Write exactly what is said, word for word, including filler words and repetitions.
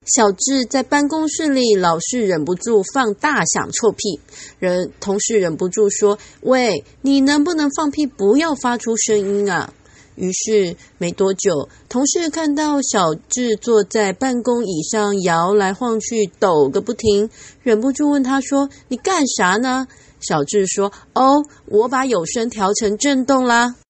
小智在办公室里老是忍不住放大响臭屁，人同事忍不住说：喂，你能不能放屁不要发出声音啊？于是没多久，同事看到小智坐在办公椅上摇来晃去，抖个不停，忍不住问他说：你干啥呢？小智说：哦，我把有声调成震动啦。